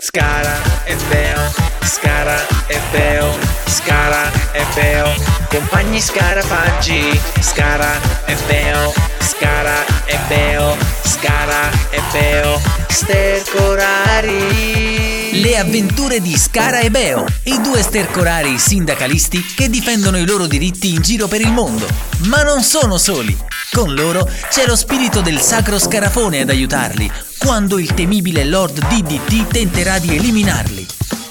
Scara e Beo, Scara e Beo, Scara e Beo, compagni scarafaggi, Scara e Beo, Scara e Beo, Scara e Beo, stercorari. Le avventure di Scara e Beo, i due stercorari sindacalisti che difendono i loro diritti in giro per il mondo. Ma non sono soli. Con loro c'è lo spirito del sacro scarafone ad aiutarli quando il temibile Lord DDT tenterà di eliminarli.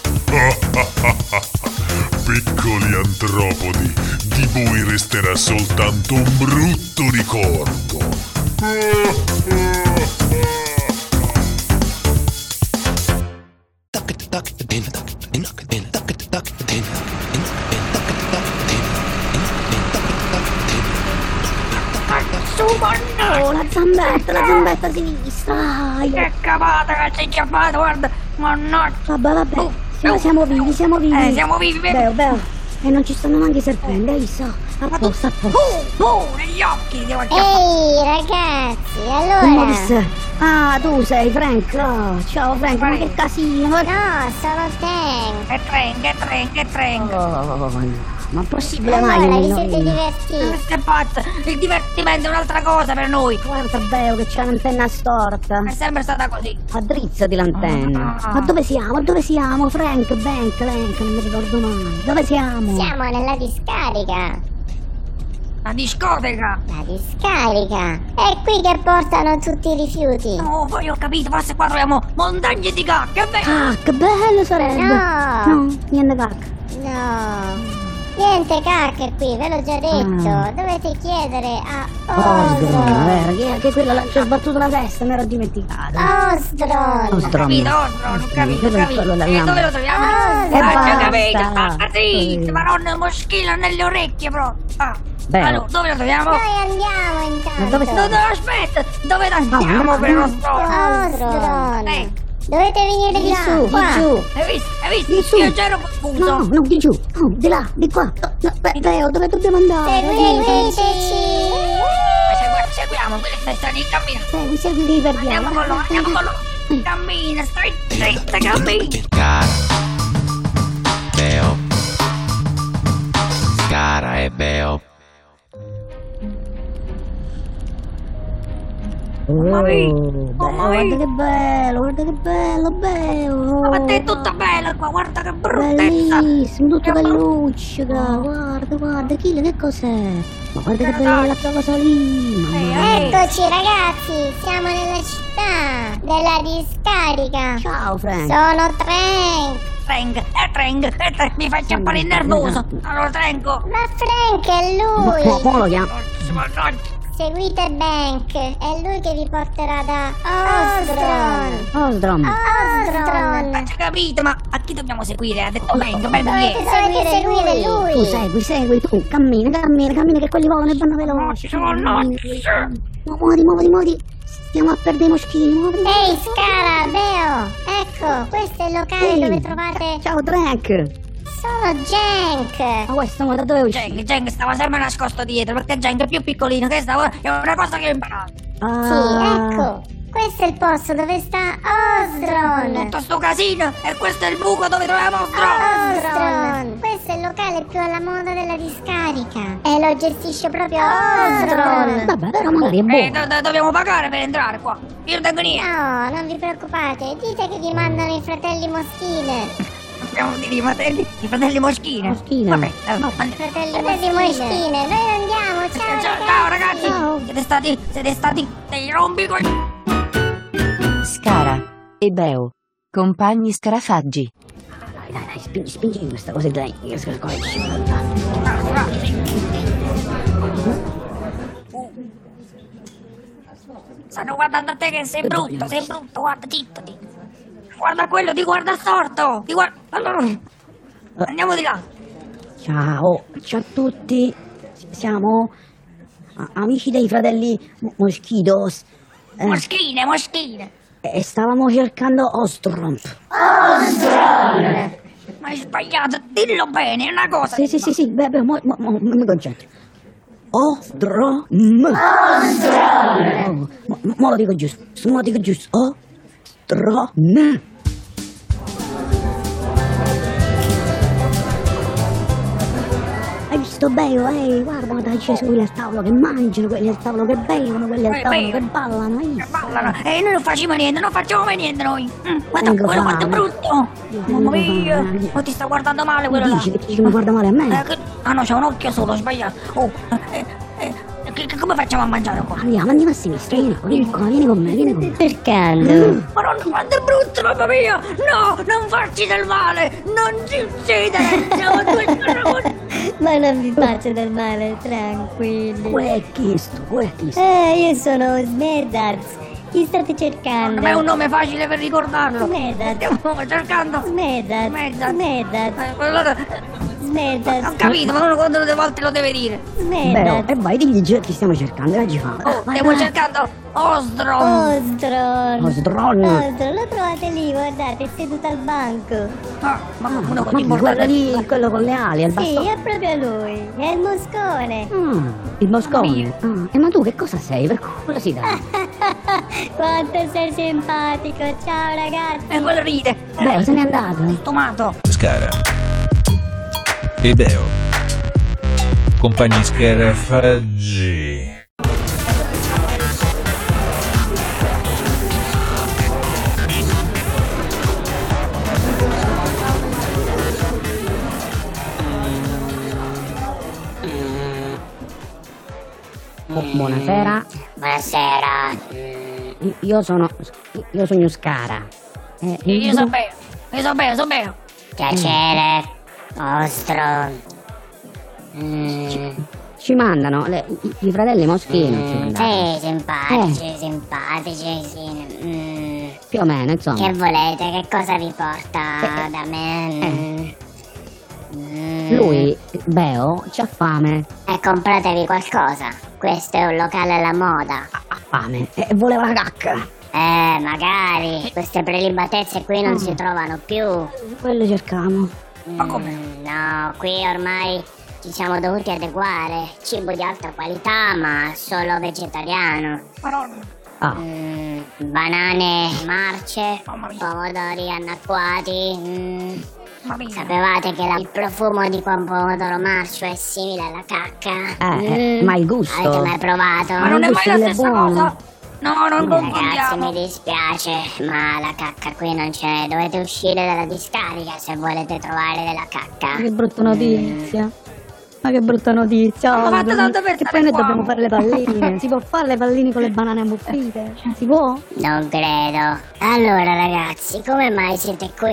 Piccoli antropodi, di voi resterà soltanto un brutto ricordo. Oh, la zambetta sinistra. Che cavata che ci ha fatto, guarda, mannaggia. Vabbè, siamo vivi. Siamo vivi, vedi? Beh, e non ci stanno neanche i serpenti, hai visto? A posto. Negli occhi devo Ehi ragazzi, allora... Morris. Ah, tu sei Frank. Oh, ciao Frank, ma che casino. No, sono Tank. Che trenga. Oh, ma possibile Allora, mai? vi siete divertiti? Che pazza, il divertimento è un'altra cosa per noi. Guarda Beo che c'è l'antenna storta. È sempre stata così. Addrizzati l'antenna. Ah. Ma dove siamo? Frank, Bank, Lenk, non mi ricordo mai. Dove siamo? Siamo nella discarica. La discoteca. La discarica. È qui che portano tutti i rifiuti. Oh, poi ho capito, forse qua troviamo montagne di cacche, è vero? Ah, che bello sarebbe. No. No, niente cacca. No. Niente cacche qui, ve l'ho già detto. Ah. Dovete chiedere a Osdron, Osdron. che quello ci ha sbattuto la testa, mi ero dimenticato. Osdron. Capito, non ho capito. Quello da E là. dove lo troviamo? E Ah, basta. già capito. Ah, sì, Sì. maronna moschino nelle orecchie, proprio. Ah. Beh. Allora, dove lo troviamo? Noi andiamo intanto. Ma dove No, no, aspetta, dove andiamo per lo storno? Osdron. Dovete venire di Su, là, qua. di giù. Hai visto? Di su. Io già ero confuso. No, di giù. No, di là, di qua. No, Beo, dove dobbiamo andare? Seguiteci. Seguiamo, quelle stai di cammina. Segui, li perdiamo. Andiamo con loro. Cammina, stretta, cammina. Scara, Beo, Scara e Beo. Mamma mia. Guarda che bello, Beo. Ma te è tutta bella qua, guarda che bruttezza. Bellissimo, tutto Che che brutto. luccica. Guarda, Achille, che cos'è? Ma guarda che bella la cosa lì. Mamma mia. Eccoci ragazzi, siamo nella città della discarica. Ciao, Frank. Sono Trank. Trang, mi fai chiappare il nervoso. Allora, Trengo. Ma Frank è lui. Mo lo chiamo. Mannaggia. Seguite Bank, è lui che vi porterà da Osdron. Osdrom. Osdron. Ho capito, ma a chi dobbiamo seguire? Ha detto Bengo, Bengo Dovete chi è? seguire lui. Tu segui, tu. Cammina, che quelli volano e vanno veloci. Muoviti. Stiamo a perdere i moschini, muoviti. Ehi Scara, Beo, ecco, questo è il locale Ehi. dove trovate... Ciao, Frank. Sono Jank. Ma questo da dove è uscito? Jeng stava sempre nascosto dietro, perché Jeng è più piccolino, che stava, è una cosa che ho imparato. Sì, ecco, questo è il posto dove sta Osdron. Tutto sto casino, e questo è il buco dove troviamo Osdron. Osdron. Questo è il locale più alla moda della discarica e lo gestisce proprio Osdron. Vabbè, però magari è buono. Dobbiamo pagare per entrare qua. Io non tengo niente. No, non vi preoccupate, dite che vi mandano i fratelli Moschine. Dobbiamo dire i fratelli Moschine. Moschine. Vabbè, I fratelli Moschine. Noi andiamo, ciao ragazzi. Ciao. Siete stati dei rompicoglioni. Scara e Beo, compagni scarafaggi. Dai, spingi questa cosa dai. Stanno guardando a te che sei brutto, guarda, zittati. Guarda quello, ti guarda storto. Allora, andiamo di là. Ciao a tutti. Siamo amici dei fratelli Moschitos. Moschine. E stavamo cercando Osdrom. Ma hai sbagliato, dillo bene, è una cosa. Sì, beh, mi concentro. Osdrom. Mo lo dico giusto. Osdrom. visto Beo? Ehi, guarda, ma dai, Gesù, quelli al tavolo che mangiano, quelli al tavolo che bevono, quelli al tavolo che ballano, hai visto? Ballano. E noi non facciamo niente, non facciamo mai niente noi. Guarda, Tengo quello guarda fame. brutto. Mamma mia. Oh, ti sta guardando male quello là. Dici che mi guarda male a me? Ah no, c'ha un occhio solo, ho sbagliato. Oh, come facciamo a mangiare qua? Andiamo a sinistra, vieni qua, vieni con me, vieni con me. Cercando. Madonna, quanto è brutto, mamma mia! No, non farci del male! Non ci uccidere! Siamo due scarafoni! Ma non vi faccio del male, tranquilli. Uè, chi sto? Io sono Smedaz. Chi state cercando? Ma è un nome facile per ricordarlo! Smedaz. Stiamo cercando! Smedaz. Allora, Smedaz. ho capito, ma uno quante volte lo deve dire? Beo, Smedaz. e vai, digli già chi stiamo cercando, oggi fa. Stiamo cercando Ostrom! Ostron. Osdron. Ostron, lo trovate lì, guardate, è seduto al banco. Ma uno Ma così quello importante. lì, quello con le ali, al Sì, bastone. è proprio lui, è il moscone. Il moscone. Ma tu che cosa sei, per curiosità? Quanto sei simpatico, ciao ragazzi. E quello ride! Beo, se n'è andato. Tomato! Scara e Beo. Compagni Scarafaggi. Buonasera. Buonasera. Io sono Scara. Io so Beo! Piacere. Ostron. Ci mandano i fratelli Moschino. ci mandano. Sì, simpatici, sì. Più o meno, insomma. Che volete? Che cosa vi porta da me? Lui, Beo, c'ha fame. Compratevi qualcosa. Questo è un locale alla moda. Ha fame. E voleva la cacca. Magari. Queste prelibatezze qui non si trovano più. Quello cercavo. Ma come? No, qui ormai ci siamo dovuti adeguare. Cibo di alta qualità, ma solo vegetariano. Madonna! Banane marce, Mamma mia. pomodori annacquati. Mamma mia! Sapevate che il profumo di un pomodoro marcio è simile alla cacca? Ma il gusto. Avete mai provato? Ma non è mai la quello è stessa buono. cosa! No, non Ragazzi, mi confondiamo! dispiace, ma la cacca qui non c'è. Dovete uscire dalla discarica se volete trovare della cacca. Che brutta notizia. Ma che brutta notizia. Ma fate tanto per che stare poi noi qua. dobbiamo fare le palline. Si può fare le palline con le banane ammuffite? Si può? Non credo. Allora, ragazzi, come mai siete qui?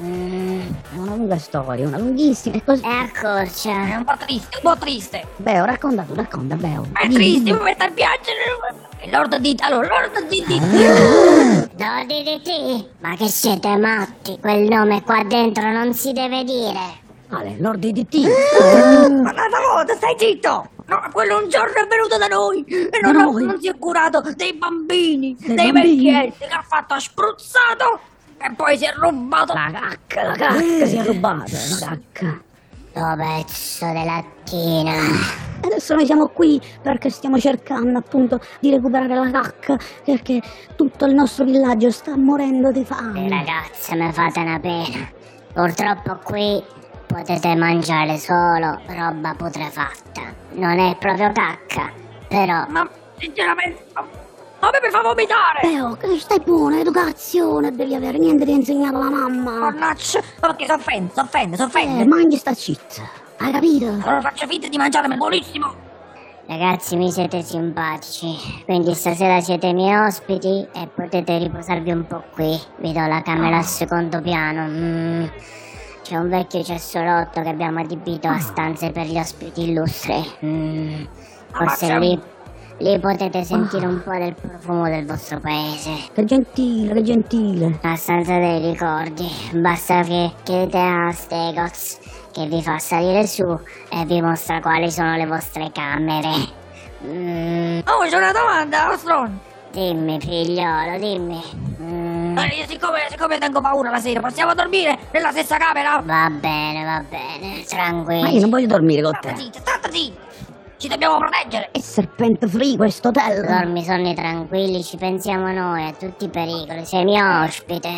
È una lunga storia, una lunghissima. E così. È a corcia. È un po' triste! Beo, racconta tu, racconta, Beo. Ma è triste, mi mette a piangere! E Lord DDT, allora, Lord DDT! No, DDT? Ma che siete matti? Quel nome qua dentro non si deve dire. Ale, Lord DDT. Ma una volta, stai zitto! No, quello un giorno è venuto da noi e non si è curato dei bambini, dei vecchietti che ha fatto, ha spruzzato e poi si è rubato. La cacca si è rubata, la cacca. Oh, pezzo di lattina. Adesso noi siamo qui perché stiamo cercando appunto di recuperare la cacca, perché tutto il nostro villaggio sta morendo di fame. Ragazze, mi fate una pena. Purtroppo qui potete mangiare solo roba putrefatta. Non è proprio cacca, però... Ma sinceramente, a me mi fa vomitare! Beo, che stai buono, educazione devi avere, niente ti ha insegnato la mamma. Mannaggia, perché s'offende. Mangi sta cheat, hai capito? Allora faccio finta di mangiarmi, buonissimo! Ragazzi, mi siete simpatici, quindi stasera siete miei ospiti e potete riposarvi un po' qui. Vi do la camera al secondo piano. C'è un vecchio cessolotto che abbiamo adibito a stanze per gli ospiti illustri. Forse lì potete sentire un po' del profumo del vostro paese. Che gentile, che gentile. La stanza dei ricordi. Basta che chiedete a Stegox che vi fa salire su e vi mostra quali sono le vostre camere. Oh, c'è una domanda, Ostron! Dimmi, figliolo, dimmi. Io siccome tengo paura la sera, possiamo dormire nella stessa camera? Va bene, Ma io tranquilli. non voglio dormire con te. State zitti! Ci dobbiamo proteggere! È serpente free questo hotel. Dormi sonni tranquilli, ci pensiamo noi a tutti i pericoli. Sei mio ospite.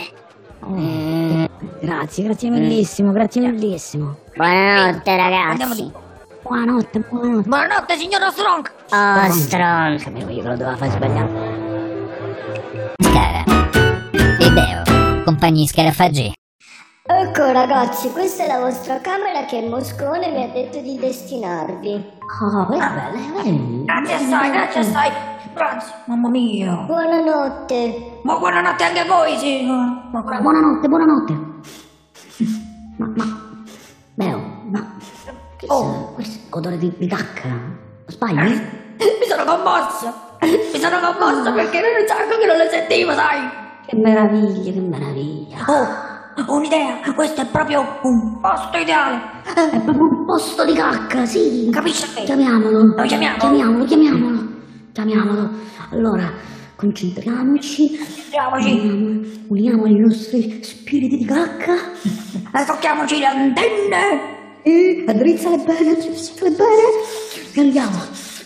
Grazie millissimo, grazie millissimo. Buonanotte, Andiamo ragazzi. di... Buonanotte. Buonanotte, signor Strong. Oh, Strong. Cammino io che lo doveva fare sbagliare. Scara e Beo, compagni scarafaggi. Ecco ragazzi, questa è la vostra camera che Moscone mi ha detto di destinarvi. Oh, bella. Grazie assai. Grazie, mamma mia. Buonanotte. Ma buonanotte anche a voi, sì. Buonanotte. Beo, ma... questo è odore di cacca. Sbaglio? Mi sono commosso perché era un sacco che non le sentivo, sai. Che meraviglia. Oh, un'idea, questo è proprio un posto ideale. È proprio un posto di cacca, sì. Capisci? Chiamiamolo. Lo chiamiamo? Chiamiamolo. Allora, concentriamoci. Uniamo i nostri spiriti di cacca. Tocchiamoci le antenne. E addrizzale bene. E andiamo.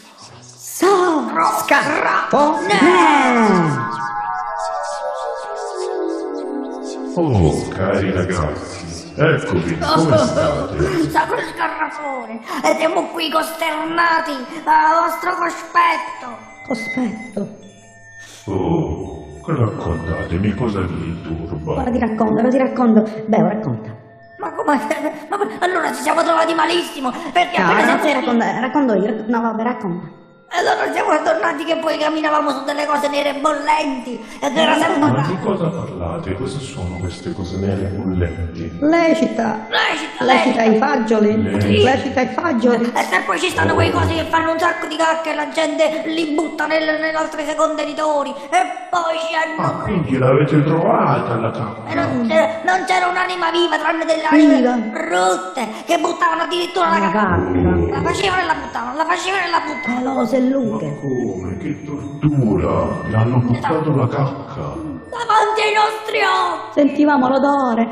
Oh, cari ragazzi, eccovi, come state? Sacro Scarrafone, siamo qui costernati al vostro cospetto. Oh, raccontatemi cosa vi turba. Ora ti racconto. Beh, racconta. Ma come? Ma allora ci siamo trovati malissimo, perché appena siamo... Racconto io. No, vabbè, racconta. Allora siamo tornati che poi camminavamo su delle cose nere e bollenti ed era sempre... Ma di cosa parlate? Cosa sono queste cose nere e bollenti? Lecita i fagioli. Lecita i fagioli. E se poi ci stanno quei cosi che fanno un sacco di cacca e la gente li butta nell'altro contenitori e poi ci hanno... Ah, quindi l'avete trovata la cacca? E non c'era un'anima viva tranne delle anime brutte che buttavano addirittura la cacca. La facevano e la buttavano. Le cose lunghe. Ma come? Che tortura! Mi hanno buttato la cacca. Davanti ai nostri occhi. Sentivamo l'odore.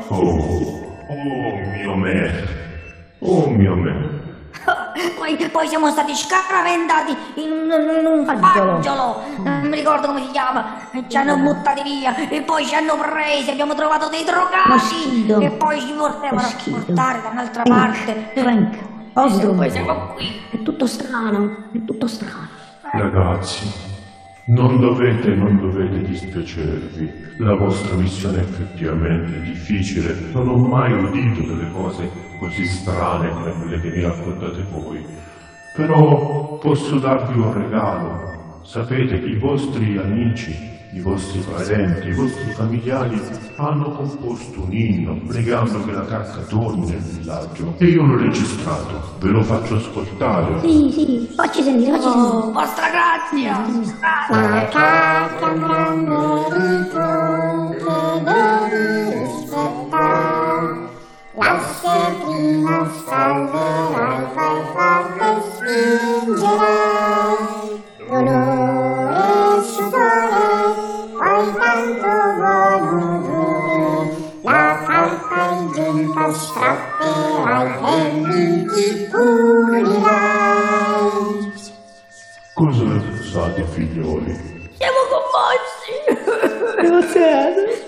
Oh mio me. Poi siamo stati scaraventati in un fagiolo. Non mi ricordo come si chiama. Ci hanno buttati via e poi ci hanno presi. Abbiamo trovato dei drogati e poi ci volevano portare da un'altra parte. Frank. Poi siamo qui. È tutto strano. Ragazzi, non dovete dispiacervi. La vostra missione è effettivamente difficile. Non ho mai udito delle cose così strane come quelle che mi raccontate voi. Però posso darvi un regalo. Sapete che i vostri amici, i vostri parenti, i vostri familiari hanno composto un inno pregando che la cacca torni nel villaggio e io l'ho registrato, ve lo faccio ascoltare. Sì, facci sentire. Vostra grazia. La cacca un gran merito che devi rispettare. Lascia prima salverai, fai forte spingerai. Dolore, sudore, poi tanto buon odore. La calca in giunta strapperai e lì ti pulirai. Cosa ne pensate, figlioli? Siamo commossi. Emozionato.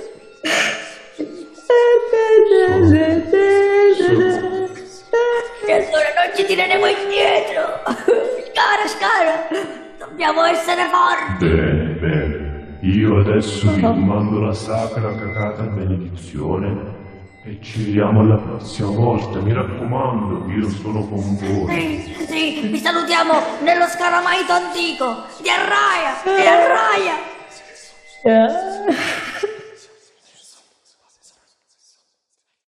E allora non ci tireremo indietro. Scara, dobbiamo essere forti. Bene. Io adesso vi mando la sacra cacata benedizione e ci vediamo alla prossima volta. Mi raccomando, io sono con voi. Sì, vi salutiamo nello scaramaito antico di Arraia.